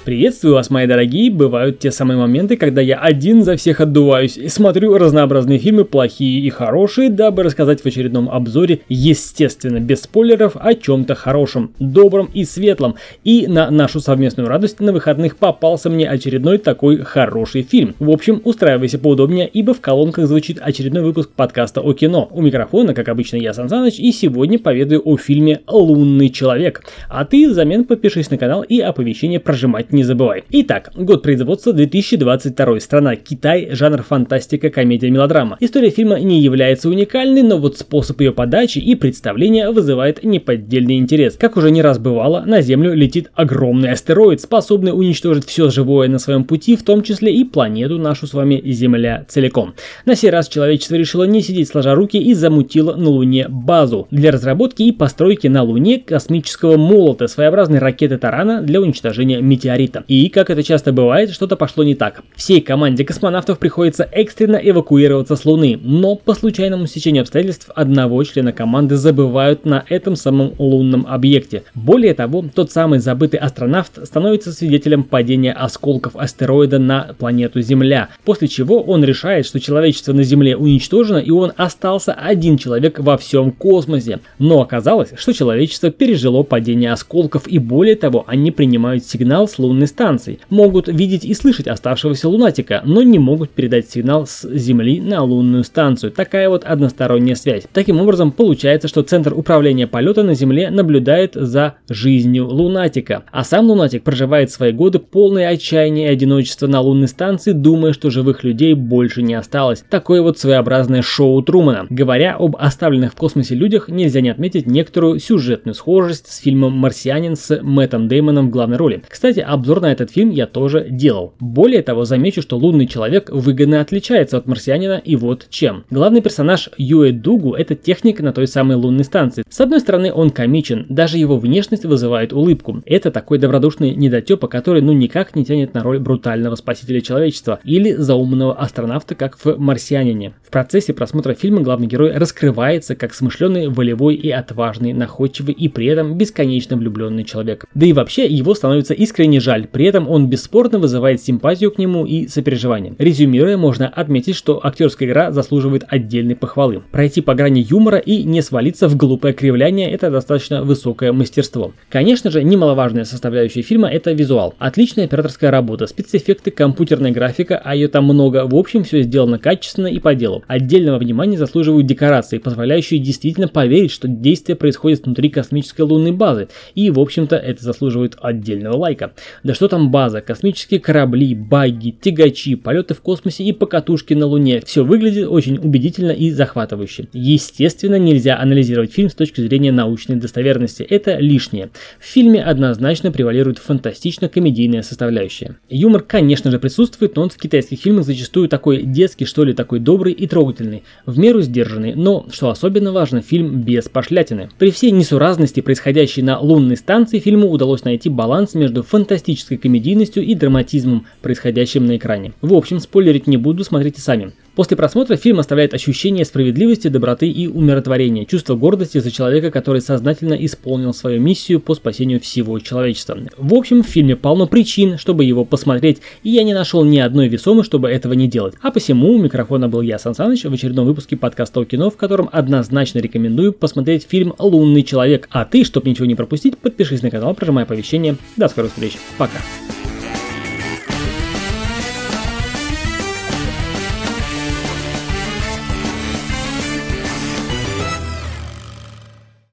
Приветствую вас, мои дорогие. Бывают те самые моменты, когда я один за всех отдуваюсь и смотрю разнообразные фильмы, плохие и хорошие, дабы рассказать в очередном обзоре, естественно, без спойлеров, о чем-то хорошем, добром и светлом. И на нашу совместную радость на выходных попался мне очередной такой хороший фильм. В общем, устраивайся поудобнее, ибо в колонках звучит очередной выпуск подкаста о кино. У микрофона, как обычно, я, Сан Саныч, и сегодня поведаю о фильме «Лунный человек». А ты взамен подпишись на канал и оповещение прожимать не забывай. Итак, год производства 2022. Страна Китай, жанр фантастика, комедия, мелодрама. История фильма не является уникальной, но вот способ ее подачи и представления вызывает неподдельный интерес. Как уже не раз бывало, на Землю летит огромный астероид, способный уничтожить все живое на своем пути, в том числе и планету нашу с вами Земля целиком. На сей раз человечество решило не сидеть сложа руки и замутило на Луне базу для разработки и постройки на Луне космического молота, своеобразной ракеты Тарана для уничтожения метеорита. И, как это часто бывает, что-то пошло не так. Всей команде космонавтов приходится экстренно эвакуироваться с Луны, но по случайному стечению обстоятельств одного члена команды забывают на этом самом лунном объекте. Более того, тот самый забытый астронавт становится свидетелем падения осколков астероида на планету Земля, после чего он решает, что человечество на Земле уничтожено и он остался один человек во всем космосе. Но оказалось, что человечество пережило падение осколков, и более того, они принимают сигнал с лунной станции, могут видеть и слышать оставшегося лунатика, но не могут передать сигнал с Земли на лунную станцию. Такая вот односторонняя связь. Таким образом, получается, что Центр управления полета на Земле наблюдает за жизнью лунатика, а сам лунатик проживает свои годы полное отчаяния и одиночества на лунной станции, думая, что живых людей больше не осталось. Такое вот своеобразное шоу Трумана. Говоря об оставленных в космосе людях, нельзя не отметить некоторую сюжетную схожесть с фильмом «Марсианин» с Мэттом Дэймоном в главной роли. Кстати, обзор на этот фильм я тоже делал. Более того, замечу, что «Лунный человек» выгодно отличается от «Марсианина», и вот чем. Главный персонаж Юэ Дугу — это техник на той самой лунной станции. С одной стороны, он комичен, даже его внешность вызывает улыбку. Это такой добродушный недотепа, который никак не тянет на роль брутального спасителя человечества или заумного астронавта, как в «Марсианине». В процессе просмотра фильма главный герой раскрывается как смышленый, волевой и отважный, находчивый и при этом бесконечно влюбленный человек. Да и вообще его становится искренне жаль, при этом он бесспорно вызывает симпатию к нему и сопереживание. Резюмируя, можно отметить, что актерская игра заслуживает отдельной похвалы. Пройти по грани юмора и не свалиться в глупое кривляние — это достаточно высокое мастерство. Конечно же, немаловажная составляющая фильма — это визуал. Отличная операторская работа, спецэффекты, компьютерная графика, а ее там много. В общем, все сделано качественно и по делу. Отдельного внимания заслуживают декорации, позволяющие действительно поверить, что действие происходит внутри космической лунной базы. И, в общем-то, это заслуживает отдельного лайка. Да что там база, космические корабли, багги, тягачи, полеты в космосе и покатушки на Луне. Все выглядит очень убедительно и захватывающе. Естественно, нельзя анализировать фильм с точки зрения научной достоверности. Это лишнее. В фильме однозначно превалирует фантастично-комедийная составляющая. Юмор, конечно же, присутствует, но он в китайских фильмах зачастую такой детский, что ли, такой добрый и трогательный, в меру сдержанный, но, что особенно важно, фильм без пошлятины. При всей несуразности, происходящей на лунной станции, фильму удалось найти баланс между фантастической комедийностью и драматизмом, происходящим на экране. В общем, спойлерить не буду, смотрите сами. После просмотра фильм оставляет ощущение справедливости, доброты и умиротворения, чувство гордости за человека, который сознательно исполнил свою миссию по спасению всего человечества. В общем, в фильме полно причин, чтобы его посмотреть, и я не нашел ни одной весомой, чтобы этого не делать. А посему у микрофона был я, Сан Саныч, в очередном выпуске подкаста о кино, в котором однозначно рекомендую посмотреть фильм «Лунный человек». А ты, чтобы ничего не пропустить, подпишись на канал, прожимай оповещения. До скорых встреч. Пока.